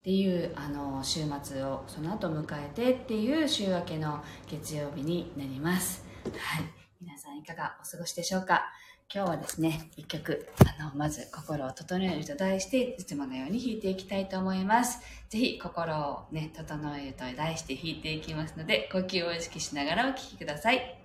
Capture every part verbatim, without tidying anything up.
っていうあの週末をその後迎えてっていう週明けの月曜日になります。はい、皆さんいかがお過ごしでしょうか。今日はですね、一曲あのまず心を整えると題していつものように弾いていきたいと思います。ぜひ心をね整えると題して弾いていきますので、呼吸を意識しながらお聴きください。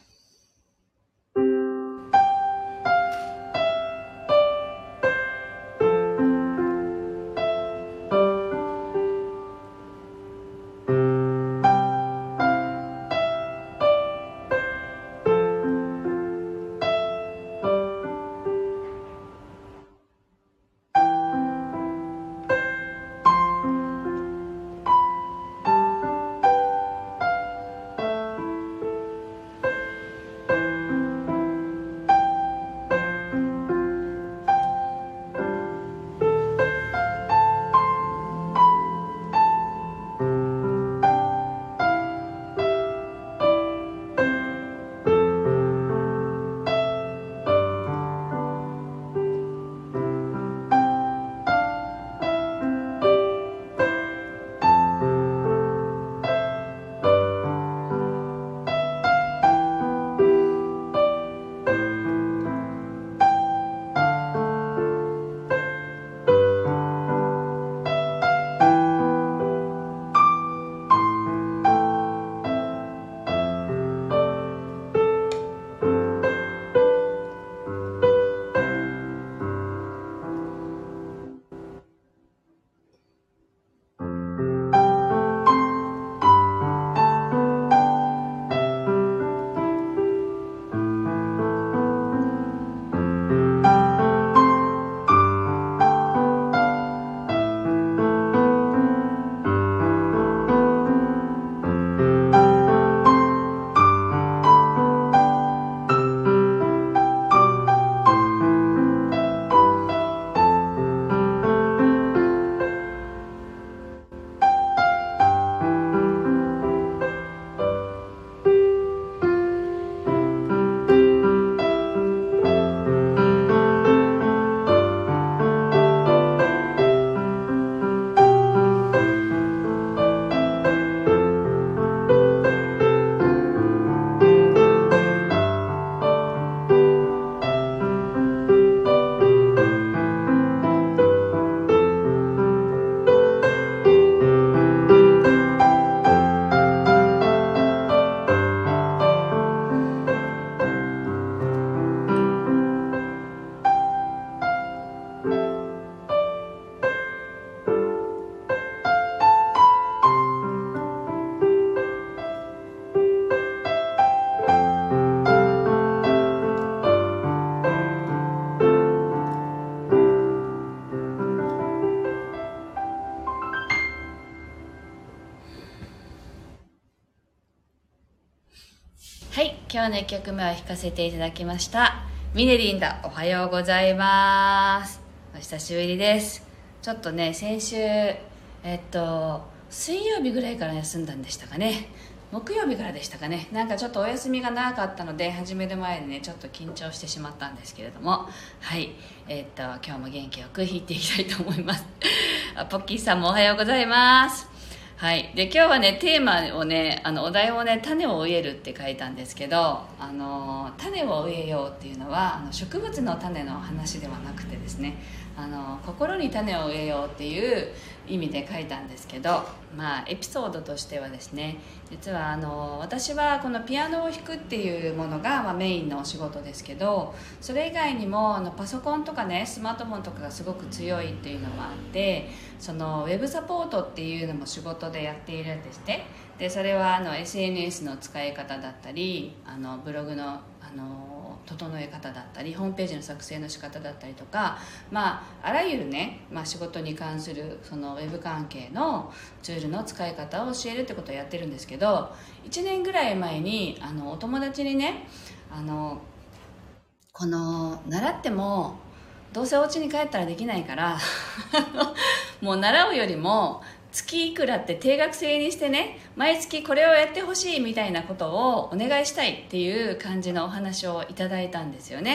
はい、今日のいっきょくめは弾かせていただきましたミネリンだ、おはようございます。お久しぶりです。ちょっとね、先週えっと水曜日ぐらいから休んだんでしたかね、木曜日からでしたかね、なんかちょっとお休みが長かったので始める前にねちょっと緊張してしまったんですけれども、はいえっと今日も元気よく弾いていきたいと思いますあ、ポッキーさんもおはようございます。はい、で今日はねテーマをねあのお題をね種を植えるって書いたんですけど、あの種を植えようっていうのはあの植物の種の話ではなくてですね、あの心に種を植えようっていう意味で書いたんですけど、まあエピソードとしてはですね、実はあの私はこのピアノを弾くっていうものが、まあ、メインのお仕事ですけど、それ以外にもあのパソコンとかねスマートフォンとかがすごく強いっていうのもあって、そのウェブサポートっていうのも仕事でやっているんですね。でそれはあの エスエヌエス の使い方だったり、あのブログのあの整え方だったり、ホームページの作成の仕方だったりとか、まあ、あらゆるね、まあ、仕事に関するそのウェブ関係のツールの使い方を教えるってことをやってるんですけど、いちねんぐらい前にあのお友達にね、あのこの習ってもどうせお家に帰ったらできないからもう習うよりも月いくらって定額制にしてね、毎月これをやってほしいみたいなことをお願いしたいっていう感じのお話をいただいたんですよね。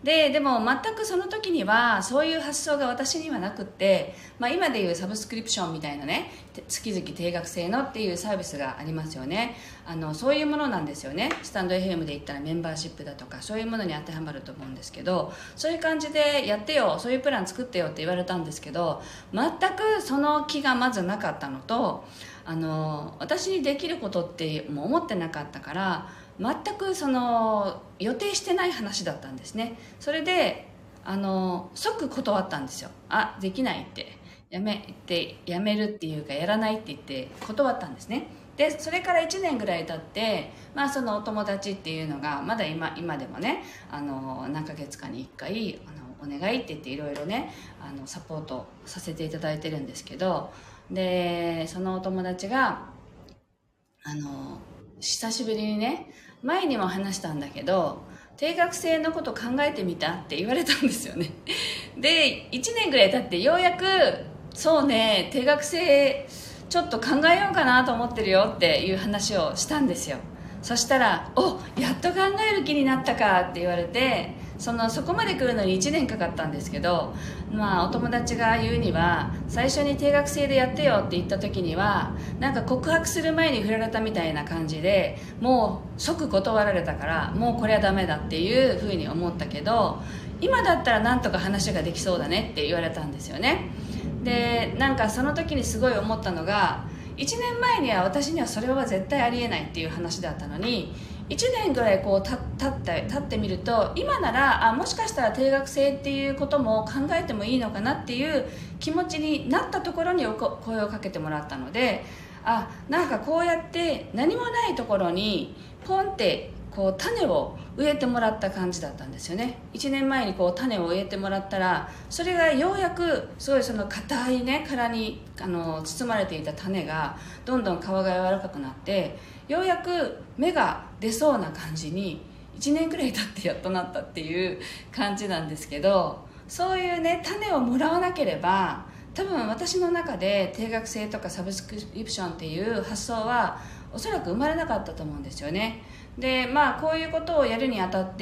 ででも全くその時にはそういう発想が私にはなくって、まあ、今でいうサブスクリプションみたいなね、月々定額制のっていうサービスがありますよね。あのそういうものなんですよね。スタンド エフエム で言ったらメンバーシップだとかそういうものに当てはまると思うんですけど、そういう感じでやってよ、そういうプラン作ってよって言われたんですけど、全くその気がまずなかったのと、あの私にできることってもう思ってなかったから、全くその予定してない話だったんですね。それであの即断ったんですよ。あ、できないって、やめってやめるっていうかやらないって言って断ったんですね。でそれからいちねんぐらい経って、まあ、そのお友達っていうのがまだ 今, 今でもね、あの何ヶ月かにいっかいあのお願いって言っていろいろね、あのサポートさせていただいてるんですけど、でそのお友達があの久しぶりにね、前にも話したんだけど定額制のこと考えてみたって言われたんですよね。でいちねんぐらい経ってようやくそうね、定額制ちょっと考えようかなと思ってるよっていう話をしたんですよ。そしたらお、やっと考える気になったかって言われて、そのそこまで来るのにいちねんかかったんですけど、まあお友達が言うには、最初に定額制でやってよって言った時にはなんか告白する前に振られたみたいな感じで、もう即断られたからもうこれはダメだっていうふうに思ったけど、今だったらなんとか話ができそうだねって言われたんですよね。でなんかその時にすごい思ったのが、いちねんまえには私にはそれは絶対ありえないっていう話だったのに、いちねんぐらいこうたたって経ってみると、今ならあもしかしたら定額制っていうことも考えてもいいのかなっていう気持ちになったところにおこ声をかけてもらったので、あなんかこうやって何もないところにポンってこう種を植えてもらった感じだったんですよね。いちねんまえにこう種を植えてもらったら、それがようやくすごいその硬いね殻にあの包まれていた種がどんどん皮が柔らかくなって、ようやく芽が出そうな感じにいちねんくらい経ってやっとなったっていう感じなんですけど、そういうね種をもらわなければ多分私の中で定額制とかサブスクリプションっていう発想はおそらく生まれなかったと思うんですよね。でまあこういうことをやるにあたって、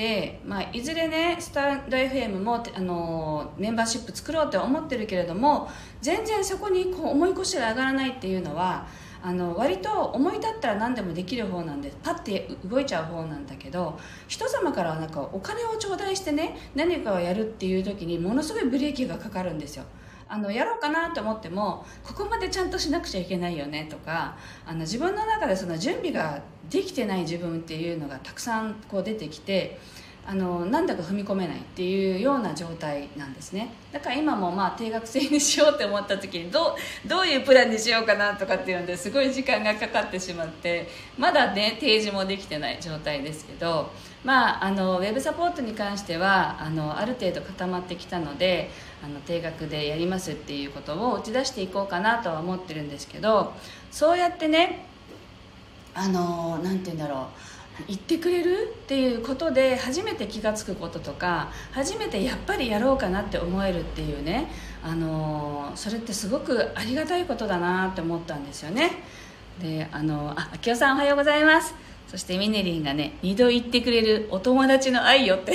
まあ、いずれねスタンド エフエム もあのメンバーシップ作ろうって思ってるけれども、全然そこにこう重い腰が上がらないっていうのは、あの割と思い立ったら何でもできる方なんで、パッて動いちゃう方なんだけど、人様からはなんかお金を頂戴してね何かをやるっていう時にものすごいブレーキがかかるんですよ。あのやろうかなと思ってもここまでちゃんとしなくちゃいけないよねとか、あの自分の中でその準備ができてない自分っていうのがたくさんこう出てきて、あのなんだか踏み込めないっていうような状態なんですね。だから今もまあ定額制にしようって思った時にどう、どういうプランにしようかなとかっていうのですごい時間がかかってしまって、まだね提示もできてない状態ですけど、まあ、あのウェブサポートに関してはあのある程度固まってきたので、あの定額でやりますっていうことを打ち出していこうかなとは思ってるんですけど、そうやってねあのなんて言うんだろう、言ってくれるっていうことで初めて気が付くこととか、初めてやっぱりやろうかなって思えるっていうね、あのそれってすごくありがたいことだなって思ったんですよね。であのあきおさんおはようございます。そしてミネリンがね、二度言ってくれるお友達の愛よって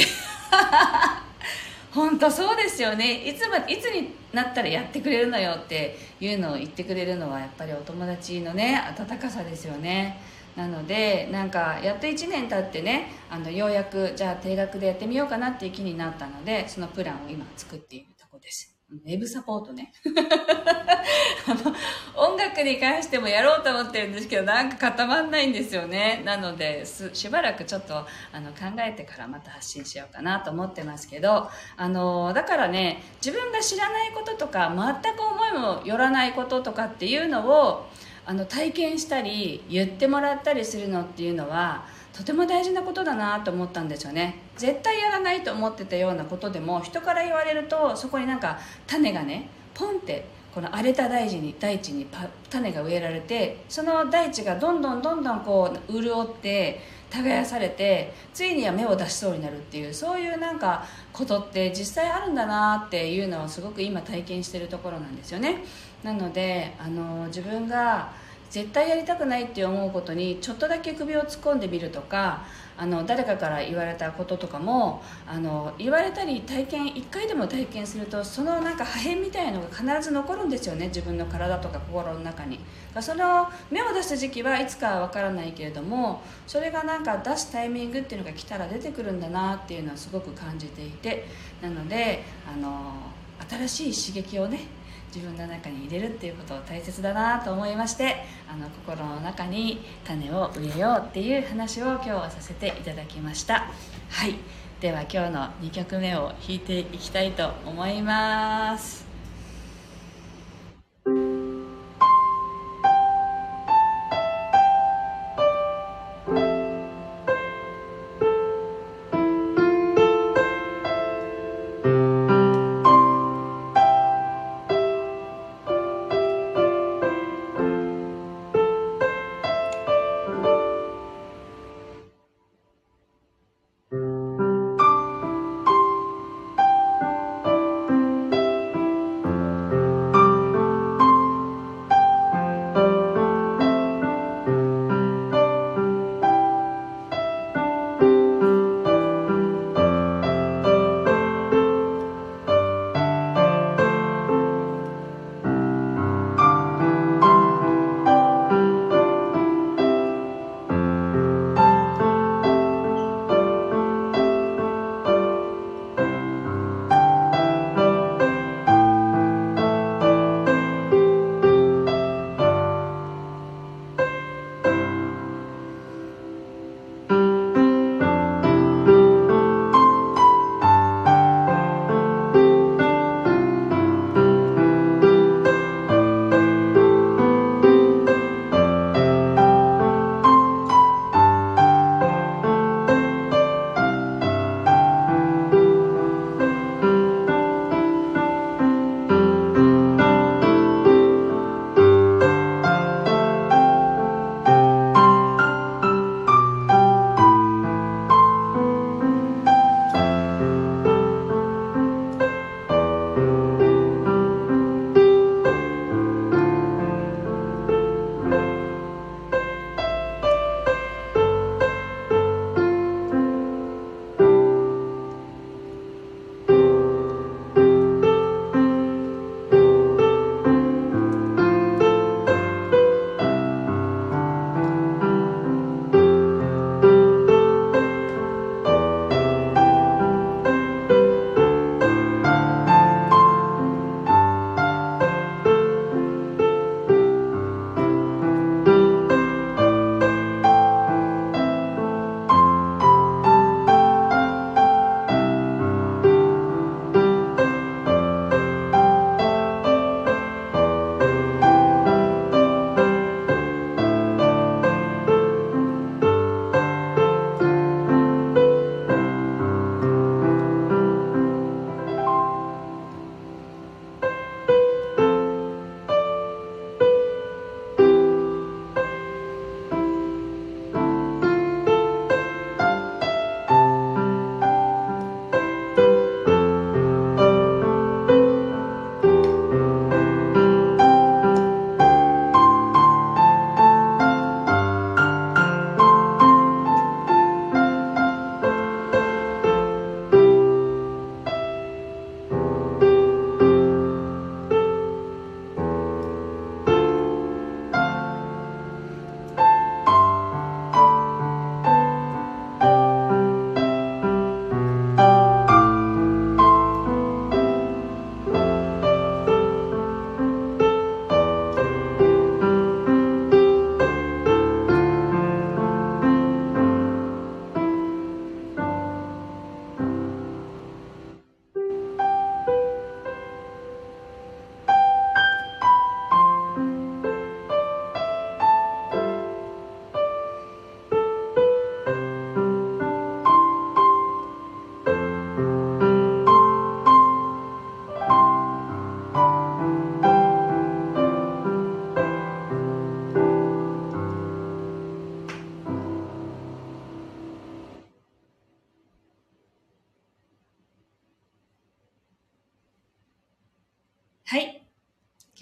本当そうですよね。いつまいつになったらやってくれるのよっていうのを言ってくれるのはやっぱりお友達のね温かさですよね。なのでなんかやっといちねん経ってね、あのようやくじゃあ定額でやってみようかなっていう気になったので、そのプランを今作っているところです。ウェブサポートねあの音楽に関してもやろうと思ってるんですけど、なんか固まんないんですよね。なのですしばらくちょっとあの考えてからまた発信しようかなと思ってますけど、あのだからね、自分が知らないこととか全く思いもよらないこととかっていうのをあの体験したり言ってもらったりするのっていうのはとても大事なことだなと思ったんですよね。絶対やらないと思ってたようなことでも人から言われると、そこになんか種がねポンってこの荒れた大地に大地にパ種が植えられて、その大地がどんどんどんどんこう潤って耕されて、ついには芽を出しそうになるっていう、そういうなんかことって実際あるんだなっていうのをすごく今体験しているところなんですよね。なのであの自分が絶対やりたくないって思うことにちょっとだけ首を突っ込んでみるとか、あの誰かから言われたこととかもあの言われたり体験いっかいでも体験すると、そのなんか破片みたいのが必ず残るんですよね、自分の体とか心の中に。その芽を出す時期はいつかは分からないけれども、それがなんか出すタイミングっていうのが来たら出てくるんだなっていうのはすごく感じていて、なのであの新しい刺激をね自分の中に入れるっていうことを大切だなと思いまして、あの心の中に種を植えようっていう話を今日はさせていただきました。はい、では今日のにきょくめを弾いていきたいと思います。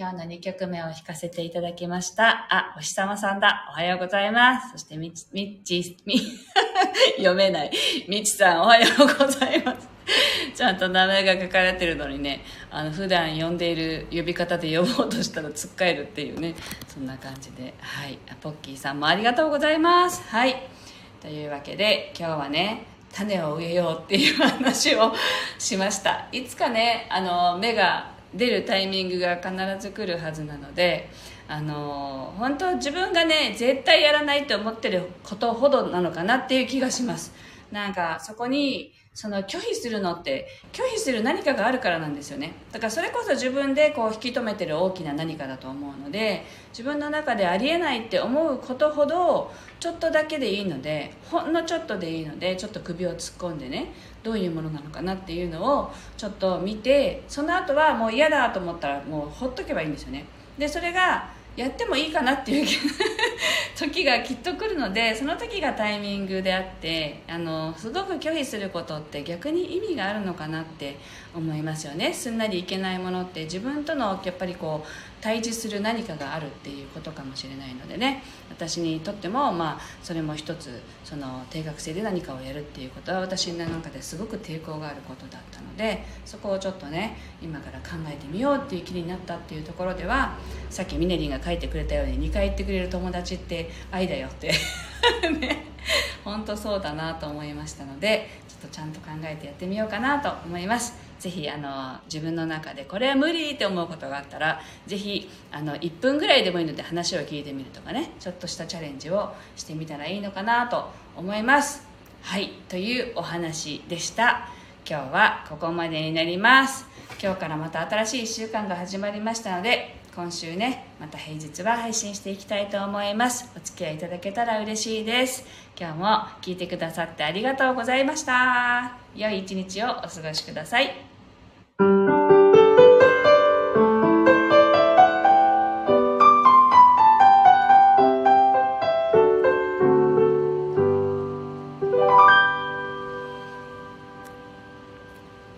今日のにきょくめを弾かせていただきました。あ、お日様さんだ。おはようございます。そしてみち、みっち、み、読めない。みちさん、おはようございます。ちゃんと名前が書かれてるのにね、あの普段呼んでいる呼び方で呼ぼうとしたらつっかえるっていうね、そんな感じで、はい、ポッキーさんもありがとうございます。はい、というわけで今日はね、種を植えようっていう話をしました。いつかね、あの芽が出るタイミングが必ず来るはずなので、あの本当自分がね絶対やらないと思ってることほどなのかなっていう気がします。なんかそこにその拒否するのって拒否する何かがあるからなんですよね。だからそれこそ自分でこう引き止めてる大きな何かだと思うので、自分の中でありえないって思うことほどちょっとだけでいいので、ほんのちょっとでいいので、ちょっと首を突っ込んでね、どういうものなのかなっていうのをちょっと見て、その後はもう嫌だと思ったらもうほっとけばいいんですよね。でそれがやってもいいかなっていう時がきっと来るので、その時がタイミングであって、あのすごく拒否することって逆に意味があるのかなって思いますよね。すんなりいけないものって自分とのやっぱりこう対峙する何かがあるっていうことかもしれないのでね、私にとってもまあそれも一つ、その定額制で何かをやるっていうことは私の中ですごく抵抗があることだったので、そこをちょっとね今から考えてみようっていう気になったっていうところでは、さっきミネリンが書いてくれたようににかい言ってくれる友達って愛だよってね、本当そうだなと思いましたので、ちょっとちゃんと考えてやってみようかなと思います。ぜひあの自分の中でこれは無理って思うことがあったら、ぜひあのいっぷんぐらいでもいいので話を聞いてみるとかね、ちょっとしたチャレンジをしてみたらいいのかなと思います。はい、というお話でした。今日はここまでになります。今日からまた新しいいっしゅうかんが始まりましたので、今週ねまた平日は配信していきたいと思います。お付き合いいただけたら嬉しいです。今日も聞いてくださってありがとうございました。良い一日をお過ごしください。